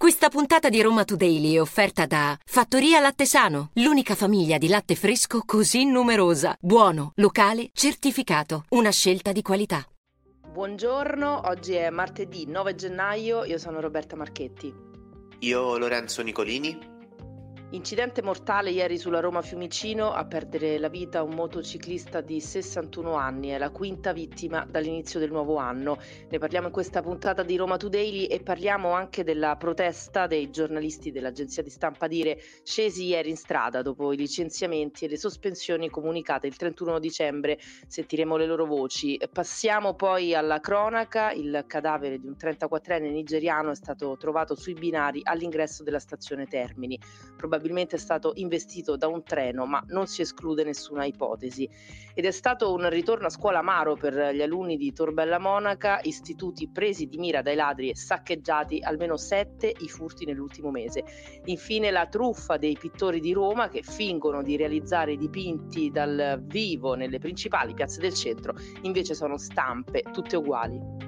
Questa puntata di Roma Today è offerta da Fattoria Latte Sano, l'unica famiglia di latte fresco così numerosa. Buono, locale, certificato. Una scelta di qualità. Buongiorno, oggi è martedì 9 gennaio, io sono Roberta Marchetti. Io Lorenzo Nicolini. Incidente mortale ieri sulla Roma Fiumicino, a perdere la vita un motociclista di 61 anni, è la quinta vittima dall'inizio del nuovo anno. Ne parliamo in questa puntata di Roma Today e parliamo anche della protesta dei giornalisti dell'agenzia di stampa Dire, scesi ieri in strada dopo i licenziamenti e le sospensioni comunicate il 31 dicembre. Sentiremo le loro voci. Passiamo poi alla cronaca. Il cadavere di un 34enne nigeriano è stato trovato sui binari all'ingresso della stazione Termini. Probabilmente è stato investito da un treno, ma non si esclude nessuna ipotesi. Ed è stato un ritorno a scuola amaro per gli alunni di Torbella Monaca, istituti presi di mira dai ladri e saccheggiati, almeno 7 i furti nell'ultimo mese. Infine la truffa dei pittori di Roma che fingono di realizzare dipinti dal vivo nelle principali piazze del centro, invece sono stampe tutte uguali.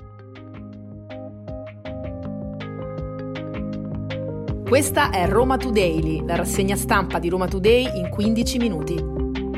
Questa è Roma Today, la rassegna stampa di Roma Today in 15 minuti.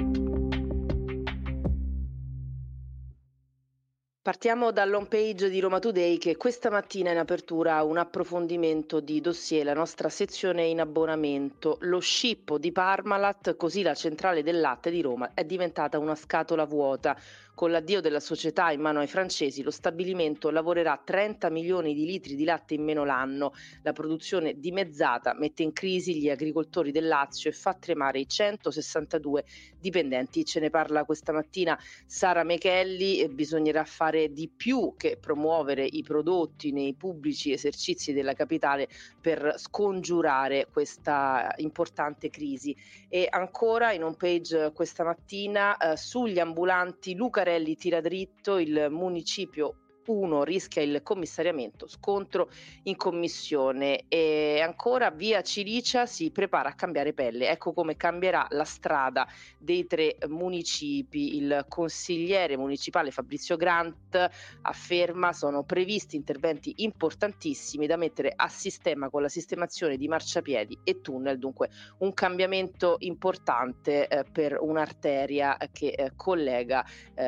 Partiamo dall'home page di Roma Today che questa mattina in apertura ha un approfondimento di dossier, la nostra sezione in abbonamento. Lo scippo di Parmalat, così la centrale del latte di Roma è diventata una scatola vuota. Con l'addio della società in mano ai francesi, lo stabilimento lavorerà 30 milioni di litri di latte in meno l'anno. La produzione dimezzata mette in crisi gli agricoltori del Lazio e fa tremare i 162 dipendenti. Ce ne parla questa mattina Sara Mechelli. Bisognerà fare di più che promuovere i prodotti nei pubblici esercizi della capitale per scongiurare questa importante crisi. E ancora in home page questa mattina sugli ambulanti Lucarelli tira dritto, il municipio 1 rischia il commissariamento, scontro in commissione. E ancora via Cilicia si prepara a cambiare pelle. Ecco come cambierà la strada dei 3 municipi. Il consigliere municipale Fabrizio Grant afferma sono previsti interventi importantissimi da mettere a sistema con la sistemazione di marciapiedi e tunnel, dunque un cambiamento importante per un'arteria che collega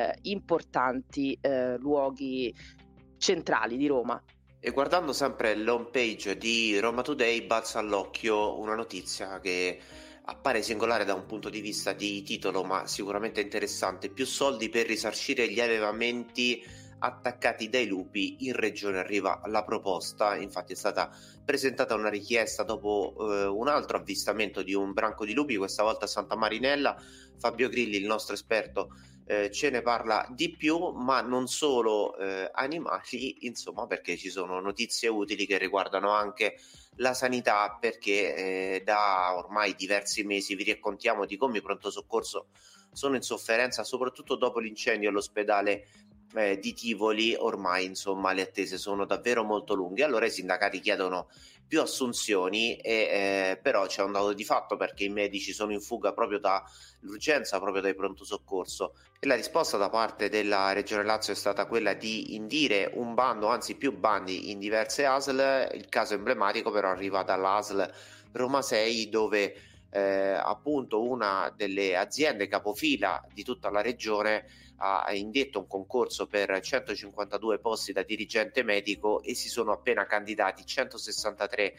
importanti luoghi centrali di Roma. E guardando sempre l'home page di Roma Today balza all'occhio una notizia che appare singolare da un punto di vista di titolo, ma sicuramente interessante. Più soldi per risarcire gli allevamenti attaccati dai lupi. In regione arriva la proposta, infatti è stata presentata una richiesta dopo un altro avvistamento di un branco di lupi, questa volta a Santa Marinella. Fabio Grilli, il nostro esperto, ce ne parla di più, ma non solo animali, insomma, perché ci sono notizie utili che riguardano anche la sanità, perché da ormai diversi mesi vi raccontiamo di come i pronto soccorso sono in sofferenza, soprattutto dopo l'incendio all'ospedale di Tivoli. Ormai insomma le attese sono davvero molto lunghe, allora i sindacati chiedono più assunzioni e però c'è un dato di fatto, perché i medici sono in fuga proprio dall'urgenza, proprio dai pronto soccorso, e la risposta da parte della Regione Lazio è stata quella di indire un bando, anzi più bandi in diverse ASL. Il caso emblematico però arriva dalla ASL Roma 6, dove appunto una delle aziende capofila di tutta la regione ha indetto un concorso per 152 posti da dirigente medico e si sono appena candidati 163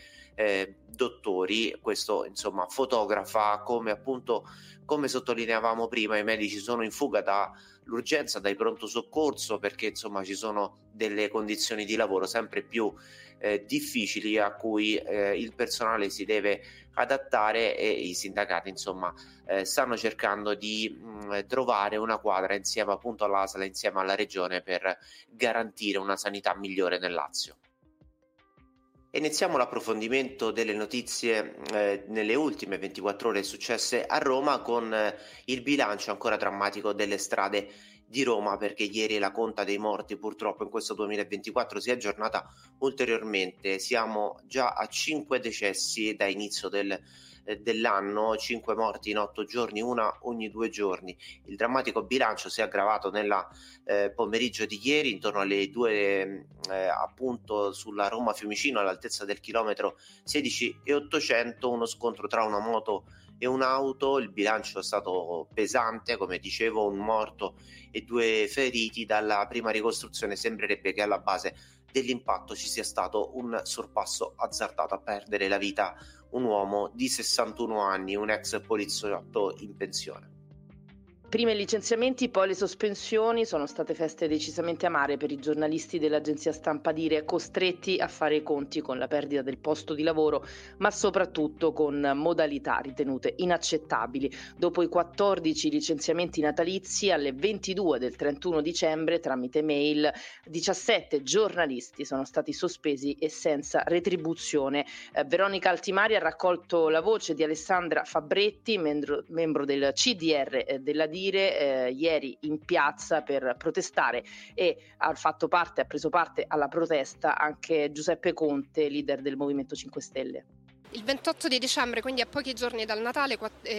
dottori. Questo insomma fotografa come, appunto, come sottolineavamo prima, i medici sono in fuga dall'urgenza, dai pronto soccorso, perché insomma ci sono delle condizioni di lavoro sempre più difficili a cui il personale si deve adattare, e i sindacati insomma stanno cercando di trovare una quadra insieme appunto all'ASL, insieme alla regione, per garantire una sanità migliore nel Lazio. Iniziamo l'approfondimento delle notizie nelle ultime 24 ore successe a Roma con il bilancio ancora drammatico delle strade di Roma, perché ieri la conta dei morti purtroppo in questo 2024 si è aggiornata ulteriormente. Siamo già a 5 decessi da inizio del dell'anno, 5 morti in 8 giorni, una ogni 2 giorni. Il drammatico bilancio si è aggravato nella pomeriggio di ieri, intorno alle 2 appunto sulla Roma Fiumicino, all'altezza del chilometro 16,800, uno scontro tra una moto e un'auto. Il bilancio è stato pesante, come dicevo, un morto e 2 feriti. Dalla prima ricostruzione sembrerebbe che alla base dell'impatto ci sia stato un sorpasso azzardato, a perdere la vita un uomo di 61 anni, un ex poliziotto in pensione. Prima i licenziamenti, poi le sospensioni. Sono state feste decisamente amare per i giornalisti dell'agenzia stampa Dire, costretti a fare i conti con la perdita del posto di lavoro, ma soprattutto con modalità ritenute inaccettabili. Dopo i 14 licenziamenti natalizi, alle 22 del 31 dicembre, tramite mail, 17 giornalisti sono stati sospesi e senza retribuzione. Veronica Altimari ha raccolto la voce di Alessandra Fabretti, membro del CDR della Dire, ieri in piazza per protestare, e ha preso parte alla protesta anche Giuseppe Conte, leader del Movimento 5 Stelle. Il 28 di dicembre, quindi a pochi giorni dal Natale,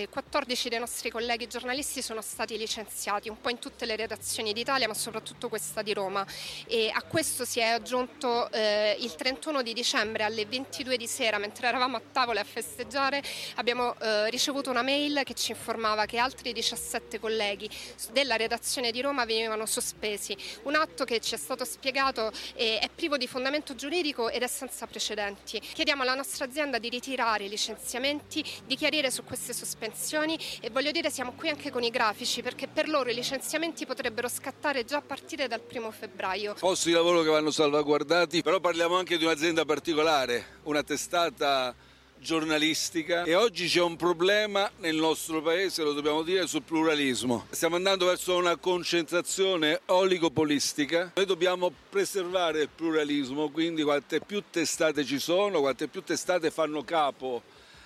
14 dei nostri colleghi giornalisti sono stati licenziati, un po' in tutte le redazioni d'Italia, ma soprattutto questa di Roma. E a questo si è aggiunto il 31 di dicembre alle 22 di sera, mentre eravamo a tavola a festeggiare, abbiamo ricevuto una mail che ci informava che altri 17 colleghi della redazione di Roma venivano sospesi. Un atto che ci è stato spiegato è privo di fondamento giuridico ed è senza precedenti. Chiediamo alla nostra azienda di ritirare i licenziamenti, di chiarire su queste sospensioni, e voglio dire, siamo qui anche con i grafici, perché per loro i licenziamenti potrebbero scattare già a partire dal 1 febbraio. Posti di lavoro che vanno salvaguardati, però parliamo anche di un'azienda particolare, una testata giornalistica, e oggi c'è un problema nel nostro paese, lo dobbiamo dire, sul pluralismo. Stiamo andando verso una concentrazione oligopolistica. Noi dobbiamo preservare il pluralismo, quindi quante più testate ci sono, quante più testate fanno capo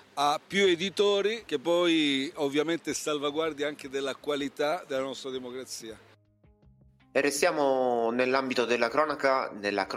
a più editori, che poi ovviamente salvaguardi anche della qualità della nostra democrazia. E restiamo nell'ambito della cronaca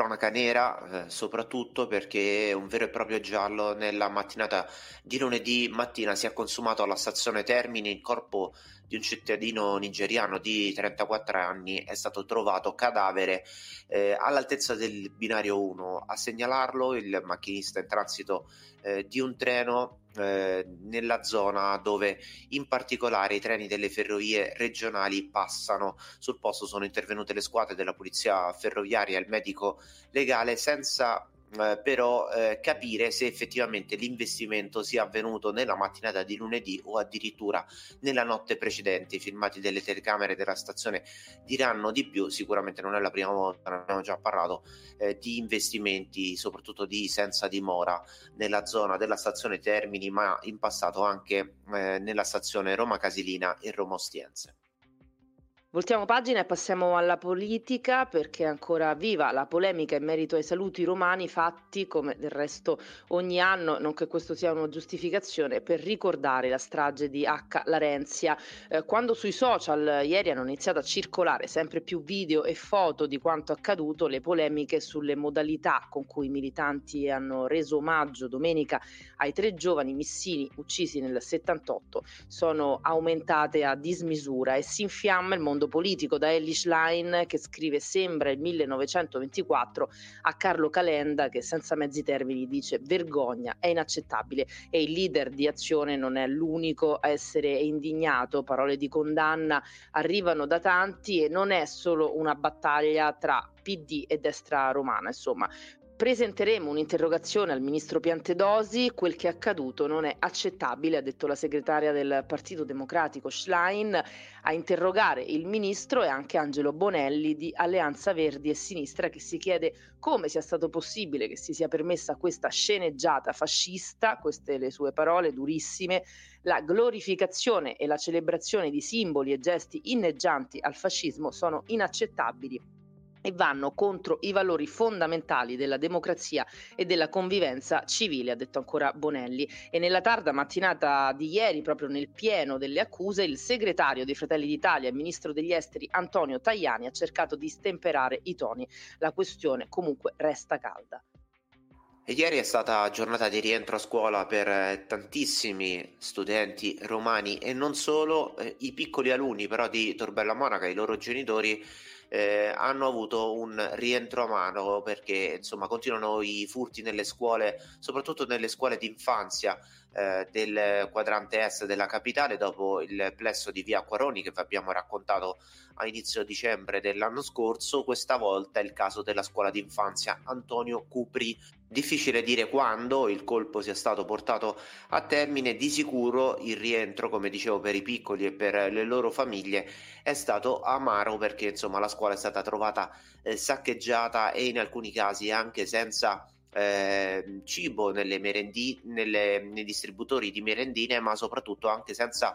nera, soprattutto perché un vero e proprio giallo nella mattinata di lunedì mattina si è consumato alla stazione Termini. Il corpo di un cittadino nigeriano di 34 anni è stato trovato cadavere all'altezza del binario 1. A segnalarlo il macchinista in transito di un treno nella zona dove in particolare i treni delle ferrovie regionali passano. Sul posto sono intervenute le squadre della polizia ferroviaria e il medico legale, senza però capire se effettivamente l'investimento sia avvenuto nella mattinata di lunedì o addirittura nella notte precedente. I filmati delle telecamere della stazione diranno di più. Sicuramente non è la prima volta, ne abbiamo già parlato, di investimenti soprattutto di senza dimora nella zona della stazione Termini, ma in passato anche nella stazione Roma Casilina e Roma Ostiense. Voltiamo pagina e passiamo alla politica, perché è ancora viva la polemica in merito ai saluti romani fatti, come del resto ogni anno, non che questo sia una giustificazione, per ricordare la strage di H. Larenzia. Quando sui social ieri hanno iniziato a circolare sempre più video e foto di quanto accaduto, le polemiche sulle modalità con cui i militanti hanno reso omaggio domenica ai 3 giovani missini uccisi nel 78 sono aumentate a dismisura, e si infiamma il mondo politico, da Elly Schlein che scrive "sembra il 1924" a Carlo Calenda che senza mezzi termini dice "vergogna, è inaccettabile", e il leader di Azione non è l'unico a essere indignato. Parole di condanna arrivano da tanti e non è solo una battaglia tra PD e destra romana, insomma. Presenteremo un'interrogazione al ministro Piantedosi, quel che è accaduto non è accettabile, ha detto la segretaria del Partito Democratico Schlein. A interrogare il ministro è anche Angelo Bonelli di Alleanza Verdi e Sinistra, che si chiede come sia stato possibile che si sia permessa questa sceneggiata fascista, queste le sue parole durissime. La glorificazione e la celebrazione di simboli e gesti inneggianti al fascismo sono inaccettabili e vanno contro i valori fondamentali della democrazia e della convivenza civile, ha detto ancora Bonelli. E nella tarda mattinata di ieri, proprio nel pieno delle accuse, il segretario dei Fratelli d'Italia e ministro degli esteri Antonio Tajani ha cercato di stemperare i toni. La questione comunque resta calda. E ieri è stata giornata di rientro a scuola per tantissimi studenti romani e non solo. I piccoli alunni però di Torbella Monaca e i loro genitori hanno avuto un rientro amaro, perché insomma continuano i furti nelle scuole, soprattutto nelle scuole d'infanzia del quadrante est della capitale, dopo il plesso di via Acquaroni che vi abbiamo raccontato a inizio dicembre dell'anno scorso. Questa volta è il caso della scuola d'infanzia Antonio Cupri. Difficile dire quando il colpo sia stato portato a termine. Di sicuro il rientro, come dicevo, per i piccoli e per le loro famiglie è stato amaro, perché insomma la scuola è stata trovata saccheggiata e in alcuni casi anche senza cibo nei distributori di merendine, ma soprattutto anche senza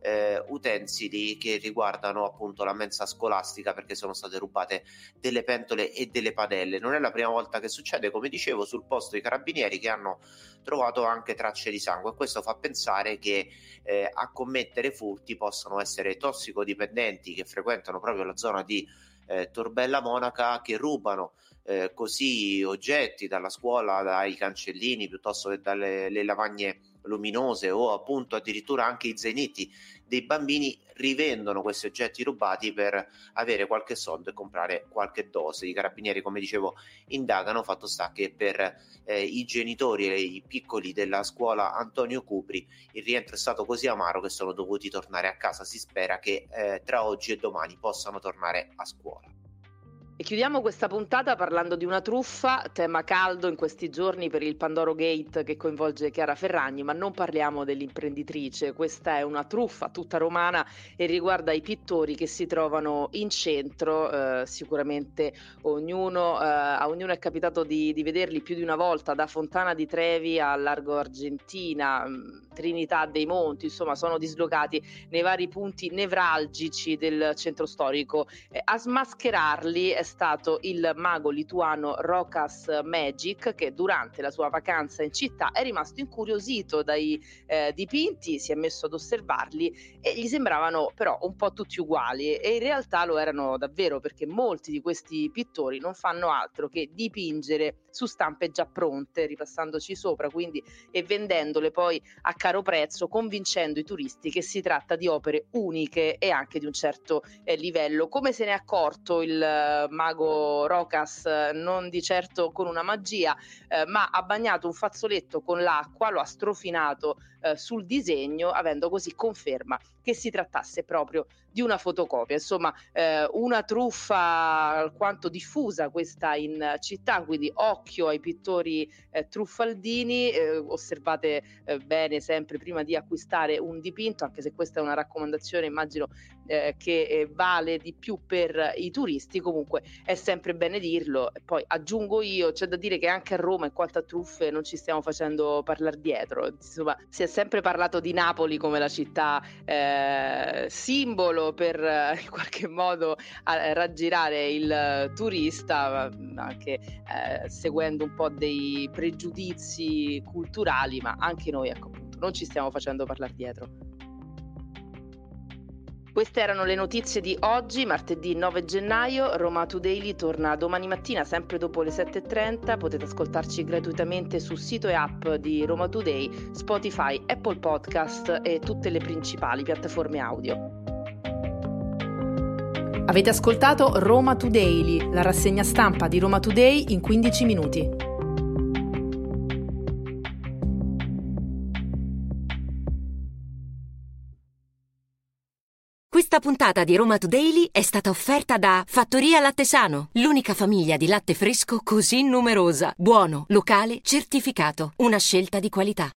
utensili che riguardano appunto la mensa scolastica, perché sono state rubate delle pentole e delle padelle. Non è la prima volta che succede, come dicevo, sul posto i carabinieri che hanno trovato anche tracce di sangue, e questo fa pensare che a commettere furti possono essere tossicodipendenti che frequentano proprio la zona di Torbella Monaca, che rubano così oggetti dalla scuola, dai cancellini piuttosto che dalle lavagne luminose, o appunto addirittura anche i zainetti dei bambini. Rivendono questi oggetti rubati per avere qualche soldo e comprare qualche dose. I carabinieri, come dicevo, indagano. Fatto sta che per i genitori e i piccoli della scuola Antonio Cupri il rientro è stato così amaro che sono dovuti tornare a casa. Si spera che tra oggi e domani possano tornare a scuola. E chiudiamo questa puntata parlando di una truffa, tema caldo in questi giorni per il Pandoro Gate che coinvolge Chiara Ferragni, ma non parliamo dell'imprenditrice. Questa è una truffa tutta romana e riguarda i pittori che si trovano in centro. Sicuramente a ognuno è capitato di vederli più di una volta, da Fontana di Trevi a Largo Argentina, Trinità dei Monti, insomma sono dislocati nei vari punti nevralgici del centro storico. A smascherarli è stato il mago lituano Rokas Magic, che durante la sua vacanza in città è rimasto incuriosito dai dipinti, si è messo ad osservarli e gli sembravano però un po' tutti uguali, e in realtà lo erano davvero, perché molti di questi pittori non fanno altro che dipingere su stampe già pronte, ripassandoci sopra quindi e vendendole poi a caro prezzo, convincendo i turisti che si tratta di opere uniche e anche di un certo livello. Come se ne è accorto il mago Rokas? Non di certo con una magia, ma ha bagnato un fazzoletto con l'acqua, lo ha strofinato sul disegno, avendo così conferma che si trattasse proprio di una fotocopia. Insomma, una truffa alquanto diffusa questa in città, quindi occhio ai pittori truffaldini. Osservate bene sempre prima di acquistare un dipinto, anche se questa è una raccomandazione, immagino che vale di più per i turisti. Comunque è sempre bene dirlo. E poi aggiungo io, c'è da dire che anche a Roma in quanto a truffe non ci stiamo facendo parlare dietro. Insomma, si è sempre parlato di Napoli come la città simbolo per in qualche modo raggirare il turista, anche seguendo un po' dei pregiudizi culturali, ma anche noi, ecco, appunto, non ci stiamo facendo parlare dietro. Queste erano le notizie di oggi, martedì 9 gennaio. Roma Today torna domani mattina, sempre dopo le 7:30. Potete ascoltarci gratuitamente sul sito e app di Roma Today, Spotify, Apple Podcast e tutte le principali piattaforme audio. Avete ascoltato Roma Today, la rassegna stampa di Roma Today in 15 minuti. Questa puntata di Roma Today è stata offerta da Fattoria Latte Sano, l'unica famiglia di latte fresco così numerosa, buono, locale, certificato, una scelta di qualità.